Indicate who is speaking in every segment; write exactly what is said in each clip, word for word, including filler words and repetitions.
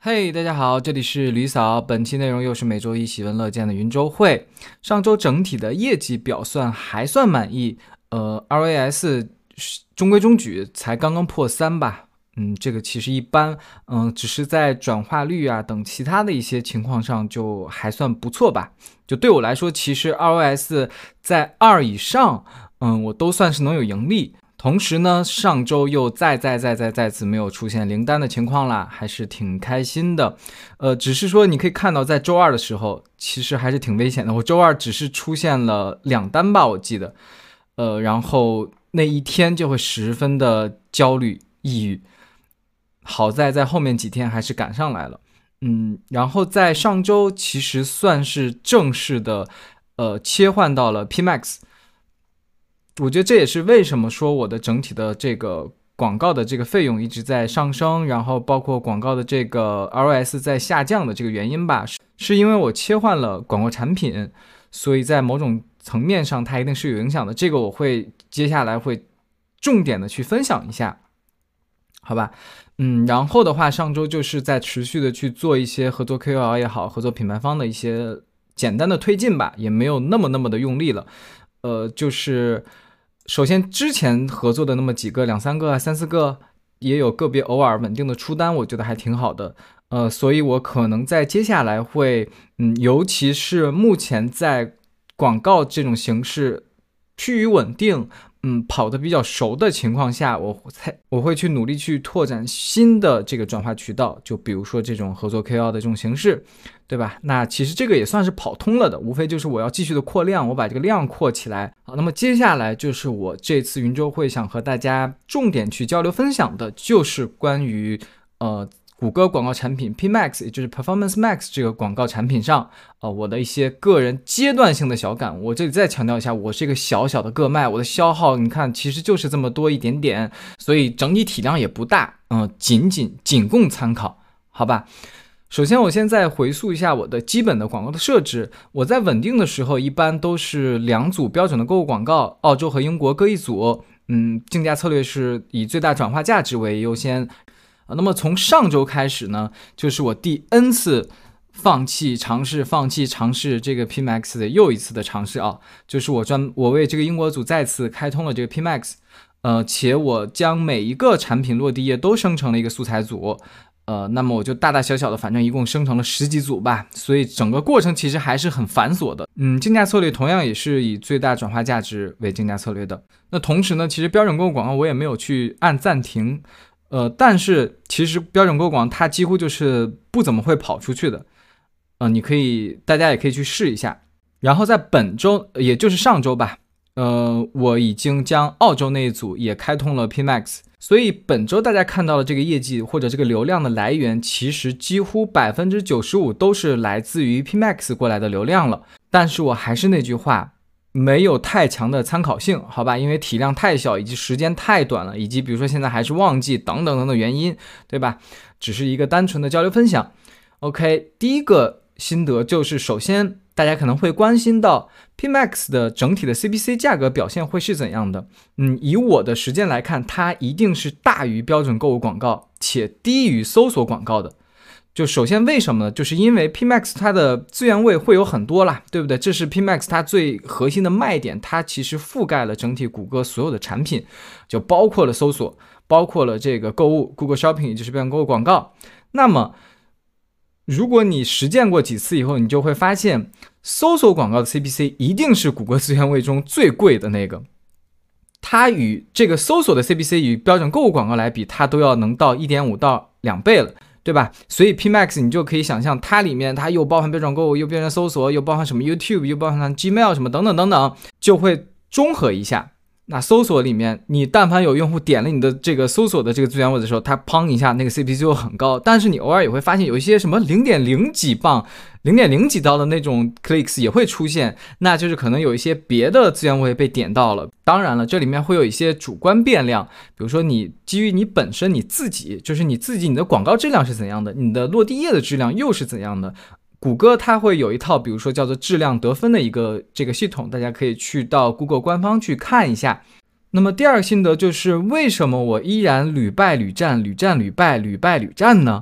Speaker 1: 嘿、hey, 大家好，这里是吕嫂。本期内容又是每周一喜闻乐见的云周会。上周整体的业绩表算还算满意，呃 R O A S 中规中矩，才刚刚破三吧。嗯，这个其实一般，嗯，只是在转化率啊等其他的一些情况上就还算不错吧。就对我来说，其实 R O A S 在二以上，嗯，我都算是能有盈利。同时呢，上周又再再再再再次没有出现零单的情况啦，还是挺开心的。呃，只是说你可以看到，在周二的时候，其实还是挺危险的。我周二只是出现了两单吧，我记得。呃，然后那一天就会十分的焦虑、抑郁。好在在后面几天还是赶上来了。嗯，然后在上周其实算是正式的，呃，切换到了 P MAX。我觉得这也是为什么说我的整体的这个广告的这个费用一直在上升，然后包括广告的这个 R O S 在下降的这个原因吧，是因为我切换了广告产品，所以在某种层面上它一定是有影响的。这个我会接下来会重点的去分享一下，好吧？嗯，然后的话，上周就是在持续的去做一些合作 K O L 也好，合作品牌方的一些简单的推进吧，也没有那么那么的用力了。呃，就是首先之前合作的那么几个两三个啊三四个，也有个别偶尔稳定的出单，我觉得还挺好的。呃，所以我可能在接下来会，嗯，尤其是目前在广告这种形式趋于稳定，嗯，跑得比较熟的情况下，我才我会去努力去拓展新的这个转化渠道，就比如说这种合作 K O L 的这种形式，对吧？那其实这个也算是跑通了的，无非就是我要继续的扩量，我把这个量扩起来。好，那么接下来就是我这次云周会想和大家重点去交流分享的，就是关于呃谷歌广告产品 P MAX， 也就是 Performance Max 这个广告产品上，呃，我的一些个人阶段性的小感。我这里再强调一下，我是一个小小的个卖，我的消耗你看其实就是这么多一点点，所以整体体量也不大，嗯、呃，仅仅仅供参考，好吧？首先我现在回溯一下我的基本的广告的设置。我在稳定的时候一般都是两组标准的购物广告，澳洲和英国各一组，嗯，竞价策略是以最大转化价值为优先。那么从上周开始呢，就是我第 N 次放弃尝试放弃尝试这个 P MAX 的又一次的尝试啊，就是我专我为这个英国组再次开通了这个 P MAX， 呃，且我将每一个产品落地页都生成了一个素材组。呃，那么我就大大小小的，反正一共生成了十几组吧，所以整个过程其实还是很繁琐的。嗯，竞价策略同样也是以最大转化价值为竞价策略的。那同时呢，其实标准购物广告我也没有去按暂停，呃，但是其实标准购物广告它几乎就是不怎么会跑出去的。呃，你可以，大家也可以去试一下。然后在本周，也就是上周吧，呃，我已经将澳洲那一组也开通了 P MAX。所以本周大家看到的这个业绩或者这个流量的来源，其实几乎 百分之九十五 都是来自于 P MAX 过来的流量了。但是我还是那句话，没有太强的参考性，好吧？因为体量太小，以及时间太短了，以及比如说现在还是旺季等等等等原因，对吧？只是一个单纯的交流分享。OK， 第一个心得就是，首先大家可能会关心到 P MAX 的整体的 C P C 价格表现会是怎样的。嗯，以我的实践来看，它一定是大于标准购物广告且低于搜索广告的。就首先为什么呢？就是因为 P MAX 它的资源位会有很多啦，对不对？这是 P MAX 它最核心的卖点，它其实覆盖了整体谷歌所有的产品，就包括了搜索，包括了这个购物 Google Shopping， 也就是标准购物广告。那么如果你实践过几次以后，你就会发现搜索广告的 C P C 一定是谷歌资源位中最贵的那个。它与这个搜索的 C P C 与标准购物广告来比，它都要能到 一点五 到两倍了，对吧？所以 P MAX 你就可以想象，它里面它又包含标准购物，又包含搜索，又包含什么 YouTube， 又包含 Gmail 什么等等等等，就会综合一下。那搜索里面，你但凡有用户点了你的这个搜索的这个资源位的时候，它砰一下那个 C P C 就很高，但是你偶尔也会发现有一些什么 零点零 几磅 零点零 几刀的那种 clicks 也会出现，那就是可能有一些别的资源位被点到了。当然了，这里面会有一些主观变量，比如说你基于你本身你自己，就是你自己你的广告质量是怎样的，你的落地页的质量又是怎样的，谷歌它会有一套比如说叫做质量得分的一个这个系统，大家可以去到 Google 官方去看一下。那么第二个心得就是，为什么我依然屡败屡战屡战屡败屡败屡战呢？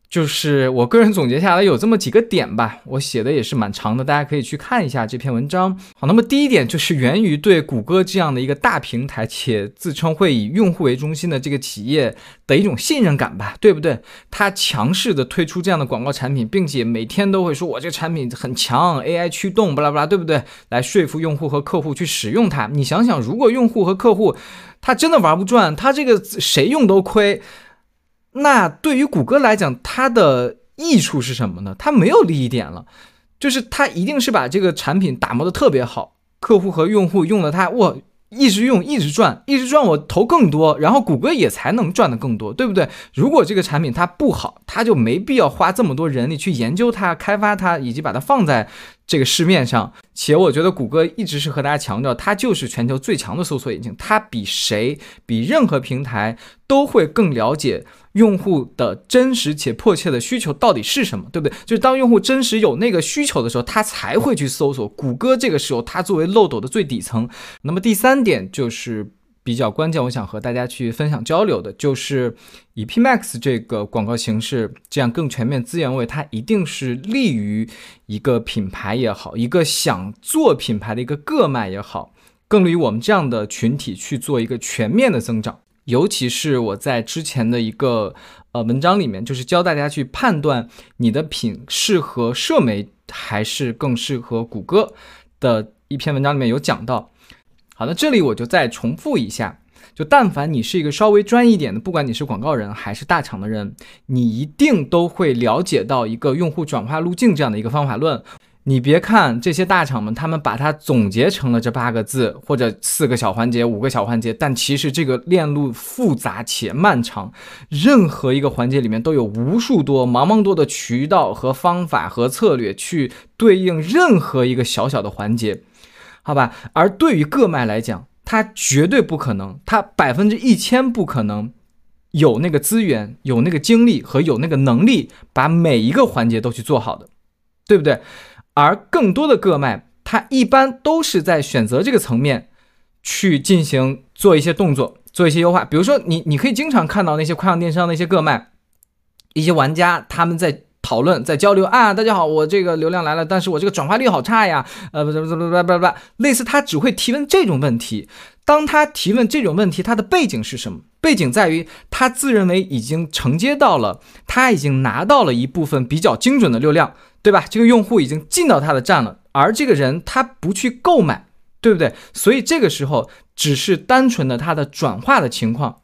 Speaker 1: 就是我个人总结下来有这么几个点吧，我写的也是蛮长的，大家可以去看一下这篇文章。好，那么第一点就是源于对谷歌这样的一个大平台且自称会以用户为中心的这个企业的一种信任感吧，对不对？它强势的推出这样的广告产品，并且每天都会说我这个产品很强 A I 驱动巴拉巴拉，对不对？来说服用户和客户去使用它。你想想，如果用户和客户他真的玩不转，他这个谁用都亏，那对于谷歌来讲，它的益处是什么呢？它没有利益点了，就是它一定是把这个产品打磨的特别好，客户和用户用了它，哇，一直用一直赚，一直赚，我投更多，然后谷歌也才能赚的更多，对不对？如果这个产品它不好，它就没必要花这么多人力去研究它、开发它，以及把它放在这个市面上。且我觉得谷歌一直是和大家强调，它就是全球最强的搜索引擎，它比谁、比任何平台都会更了解用户的真实且迫切的需求到底是什么，对不对？就是当用户真实有那个需求的时候，他才会去搜索。谷歌这个时候，它作为漏斗的最底层。那么第三点就是比较关键，我想和大家去分享交流的，就是以 P Max 这个广告形式，这样更全面资源位，它一定是利于一个品牌也好，一个想做品牌的一个个卖也好，更利于我们这样的群体去做一个全面的增长。尤其是我在之前的一个呃文章里面，就是教大家去判断你的品适合社媒还是更适合谷歌的一篇文章里面有讲到。好，那这里我就再重复一下，就但凡你是一个稍微专一点的，不管你是广告人还是大厂的人，你一定都会了解到一个用户转化路径这样的一个方法论。你别看这些大厂们，他们把它总结成了这八个字或者四个小环节、五个小环节，但其实这个链路复杂且漫长，任何一个环节里面都有无数多、茫茫多的渠道和方法和策略去对应任何一个小小的环节，好吧？而对于个卖来讲，它绝对不可能，它百分之一千不可能有那个资源、有那个精力和有那个能力把每一个环节都去做好的，对不对？而更多的个卖，它一般都是在选择这个层面去进行做一些动作，做一些优化。比如说你你可以经常看到那些跨境电商的一些个卖，一些玩家他们在讨论，在交流啊，大家好，我这个流量来了，但是我这个转化率好差呀，呃不不不不不不，类似他只会提问这种问题。当他提问这种问题，他的背景是什么？背景在于他自认为已经承接到了，他已经拿到了一部分比较精准的流量，对吧？这个用户已经进到他的站了，而这个人他不去购买，对不对？所以这个时候只是单纯的他的转化的情况。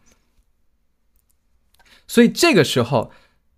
Speaker 1: 所以这个时候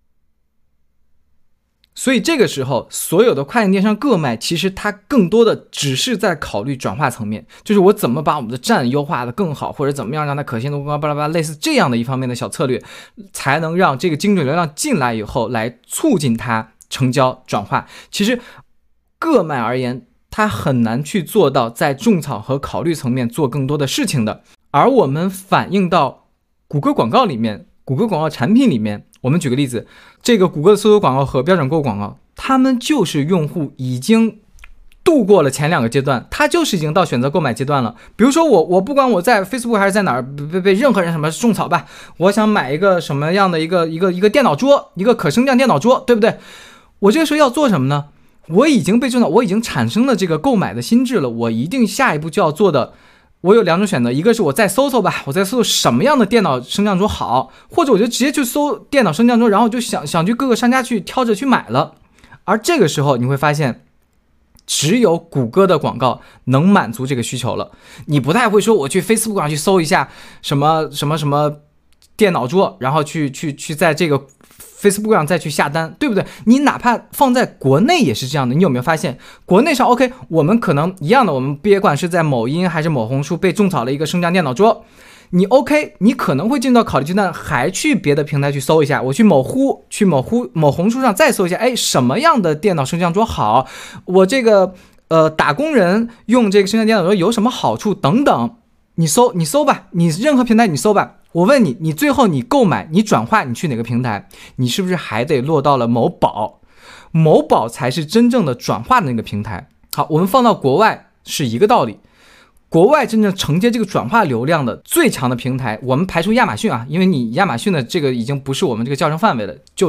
Speaker 1: 所以这个时候所有的跨境电商个卖，其实它更多的只是在考虑转化层面，就是我怎么把我们的站优化的更好，或者怎么样让它可信度更高，巴拉巴拉，类似这样的一方面的小策略，才能让这个精准流量进来以后来促进它成交转化。其实个卖而言，它很难去做到在种草和考虑层面做更多的事情的。而我们反映到谷歌广告里面，谷歌广告产品里面，我们举个例子，这个谷歌的搜索广告和标准购物广告，他们就是用户已经度过了前两个阶段，他就是已经到选择购买阶段了。比如说我我不管我在 Facebook 还是在哪儿被被任何人什么种草吧，我想买一个什么样的一个一个一个电脑桌，一个可升降电脑桌，对不对？我这个时候要做什么呢？我已经被种草，我已经产生了这个购买的心智了，我一定下一步就要做的，我有两种选择，一个是我再搜搜吧，我再搜搜什么样的电脑升降桌好，或者我就直接去搜电脑升降桌，然后就想想去各个商家去挑着去买了。而这个时候你会发现，只有谷歌的广告能满足这个需求了。你不太会说我去 Facebook 上去搜一下什么什么什么电脑桌，然后去去去在这个 Facebook 上再去下单，对不对？你哪怕放在国内也是这样的。你有没有发现国内上 OK， 我们可能一样的，我们别管是在某音还是某红书被种草了一个升降电脑桌，你 OK， 你可能会进到考虑阶段，还去别的平台去搜一下，我去某乎去某乎某红书上再搜一下，哎，什么样的电脑升降桌好，我这个呃打工人用这个升降电脑桌有什么好处等等，你搜你搜吧，你任何平台你搜吧。我问你，你最后你购买你转化你去哪个平台，你是不是还得落到了某宝？某宝才是真正的转化的那个平台。好，我们放到国外是一个道理，国外真正承接这个转化流量的最强的平台，我们排除亚马逊啊，因为你亚马逊的这个已经不是我们这个教程范围了，就是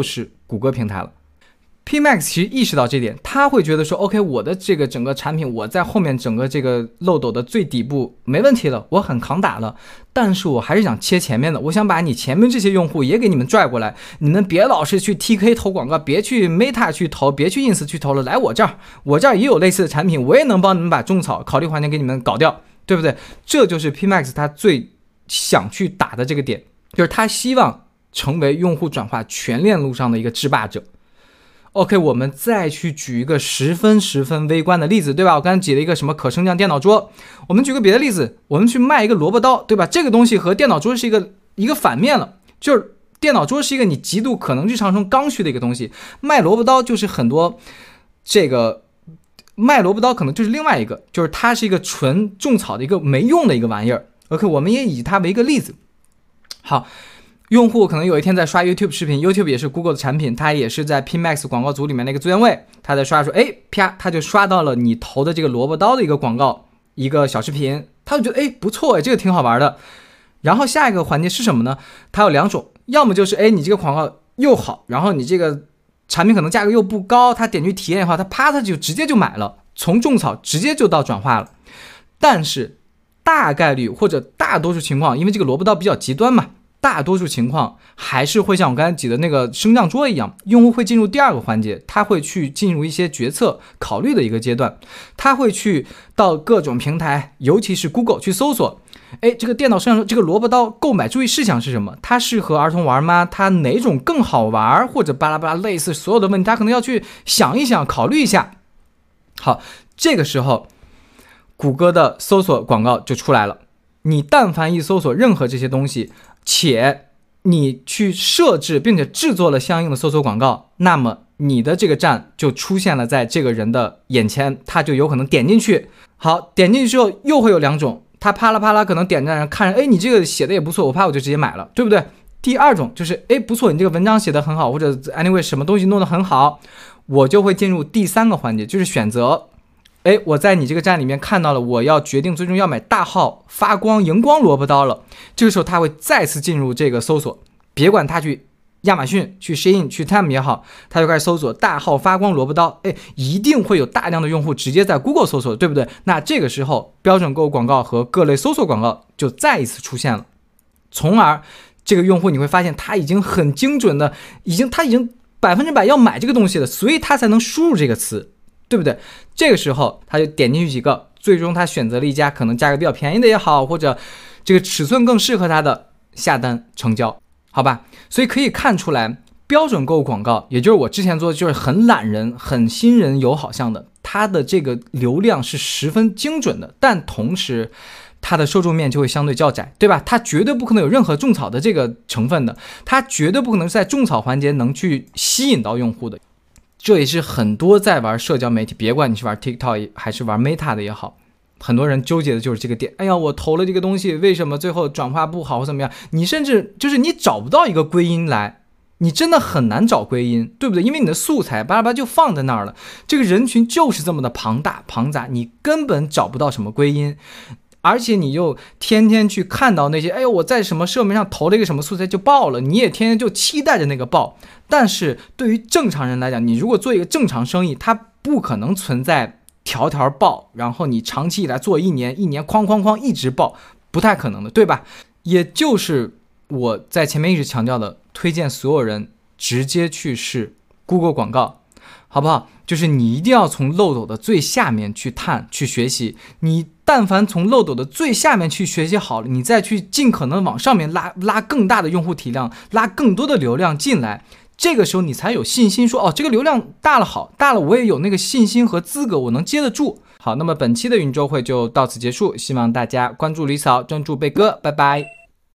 Speaker 1: 谷歌平台了。P Max 其实意识到这点，他会觉得说 OK 我的这个整个产品，我在后面整个这个漏斗的最底部没问题了，我很扛打了，但是我还是想切前面的，我想把你前面这些用户也给你们拽过来，你们别老是去 T K 投广告，别去 Meta 去投，别去 Ins 去投了，来我这儿，我这儿也有类似的产品，我也能帮你们把种草考虑环节给你们搞掉，对不对？这就是 P Max 他最想去打的这个点，就是他希望成为用户转化全链路上的一个制霸者。OK， 我们再去举一个十分十分微观的例子，对吧？我刚才举了一个什么可升降电脑桌，我们举个别的例子，我们去卖一个萝卜刀，对吧？这个东西和电脑桌是一个一个反面了，就是电脑桌是一个你极度可能日常中刚需的一个东西，卖萝卜刀就是很多这个卖萝卜刀可能就是另外一个，就是它是一个纯种草的一个没用的一个玩意儿。OK， 我们也以它为一个例子。好。用户可能有一天在刷 YouTube 视频 ，YouTube 也是 Google 的产品，它也是在 P Max 广告组里面的一个资源位，他在刷说，哎，啪，他就刷到了你投的这个萝卜刀的一个广告，一个小视频，他就觉得，哎，不错，哎，这个挺好玩的。然后下一个环节是什么呢？它有两种，要么就是，哎，你这个广告又好，然后你这个产品可能价格又不高，他点击体验的话，他啪，他就直接就买了，从种草直接就到转化了。但是大概率或者大多数情况，因为这个萝卜刀比较极端嘛。大多数情况还是会像我刚才举的那个升降桌一样，用户会进入第二个环节，他会去进入一些决策考虑的一个阶段，他会去到各种平台，尤其是 Google 去搜索，哎，这个电脑升降桌这个萝卜刀购买注意事项是什么？它适合儿童玩吗？它哪种更好玩？或者巴拉巴拉类似所有的问题，他可能要去想一想，考虑一下。好，这个时候谷歌的搜索广告就出来了。你但凡一搜索任何这些东西，且你去设置并且制作了相应的搜索广告，那么你的这个站就出现了在这个人的眼前，他就有可能点进去。好，点进去之后又会有两种，他啪啦啪啦可能点赞看着，哎，你这个写的也不错，我怕我就直接买了，对不对？第二种就是，哎，不错，你这个文章写得很好，或者 anyway 什么东西弄得很好，我就会进入第三个环节，就是选择。哎，我在你这个站里面看到了，我要决定最终要买大号发光荧光萝卜刀了。这个时候他会再次进入这个搜索，别管他去亚马逊、去 Shein、去 Time 也好，他就开始搜索大号发光萝卜刀。哎，一定会有大量的用户直接在 Google 搜索，对不对？那这个时候标准购物广告和各类搜索广告就再一次出现了，从而这个用户你会发现他已经很精准的，已经他已经百分之百要买这个东西了，所以他才能输入这个词。对不对？这个时候他就点进去几个，最终他选择了一家可能价格比较便宜的也好，或者这个尺寸更适合他的，下单成交，好吧？所以可以看出来，标准购物广告，也就是我之前做的就是很懒人、很新人友好向的，它的这个流量是十分精准的，但同时它的受众面就会相对较窄，对吧？它绝对不可能有任何种草的这个成分的，它绝对不可能在种草环节能去吸引到用户的。这也是很多在玩社交媒体，别管你是玩 TikTok 还是玩 Meta 的也好，很多人纠结的就是这个点。哎呀，我投了这个东西，为什么最后转化不好或怎么样？你甚至就是你找不到一个归因来，你真的很难找归因，对不对？因为你的素材巴拉巴拉就放在那儿了，这个人群就是这么的庞大庞杂，你根本找不到什么归因。而且你又天天去看到那些，哎呦，我在什么社媒上投了一个什么素材就爆了，你也天天就期待着那个爆。但是对于正常人来讲，你如果做一个正常生意，它不可能存在条条爆，然后你长期以来做一年，一年哐哐哐一直爆，不太可能的，对吧？也就是我在前面一直强调的，推荐所有人直接去试 Google 广告，好不好？就是你一定要从漏斗的最下面去探去学习，你但凡从漏斗的最下面去学习好了，你再去尽可能往上面拉拉更大的用户体量，拉更多的流量进来，这个时候你才有信心说，哦，这个流量大了好大了，我也有那个信心和资格，我能接得住。好，那么本期的云周会就到此结束，希望大家关注李嫂，专注贝哥，拜拜。